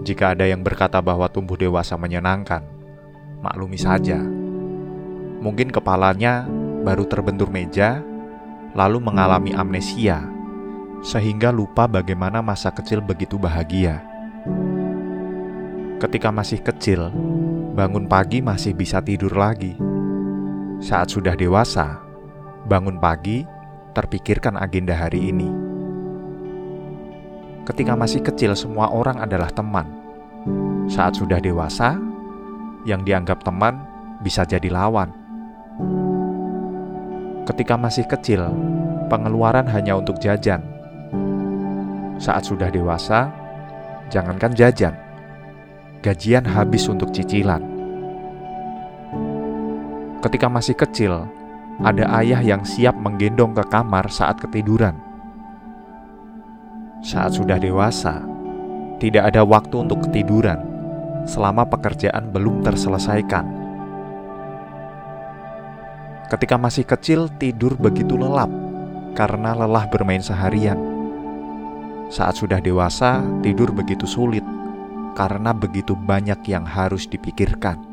Jika ada yang berkata bahwa tumbuh dewasa menyenangkan, maklumi saja. Mungkin kepalanya baru terbentur meja, lalu mengalami amnesia, sehingga lupa bagaimana masa kecil begitu bahagia. Ketika masih kecil, bangun pagi masih bisa tidur lagi. Saat sudah dewasa, bangun pagi terpikirkan agenda hari ini. Ketika masih kecil, semua orang adalah teman. Saat sudah dewasa, yang dianggap teman bisa jadi lawan. Ketika masih kecil, pengeluaran hanya untuk jajan. Saat sudah dewasa, jangankan jajan, gajian habis untuk cicilan. Ketika masih kecil, ada ayah yang siap menggendong ke kamar saat ketiduran. Saat sudah dewasa, tidak ada waktu untuk ketiduran selama pekerjaan belum terselesaikan. Ketika masih kecil, tidur begitu lelap karena lelah bermain seharian. Saat sudah dewasa, tidur begitu sulit karena begitu banyak yang harus dipikirkan.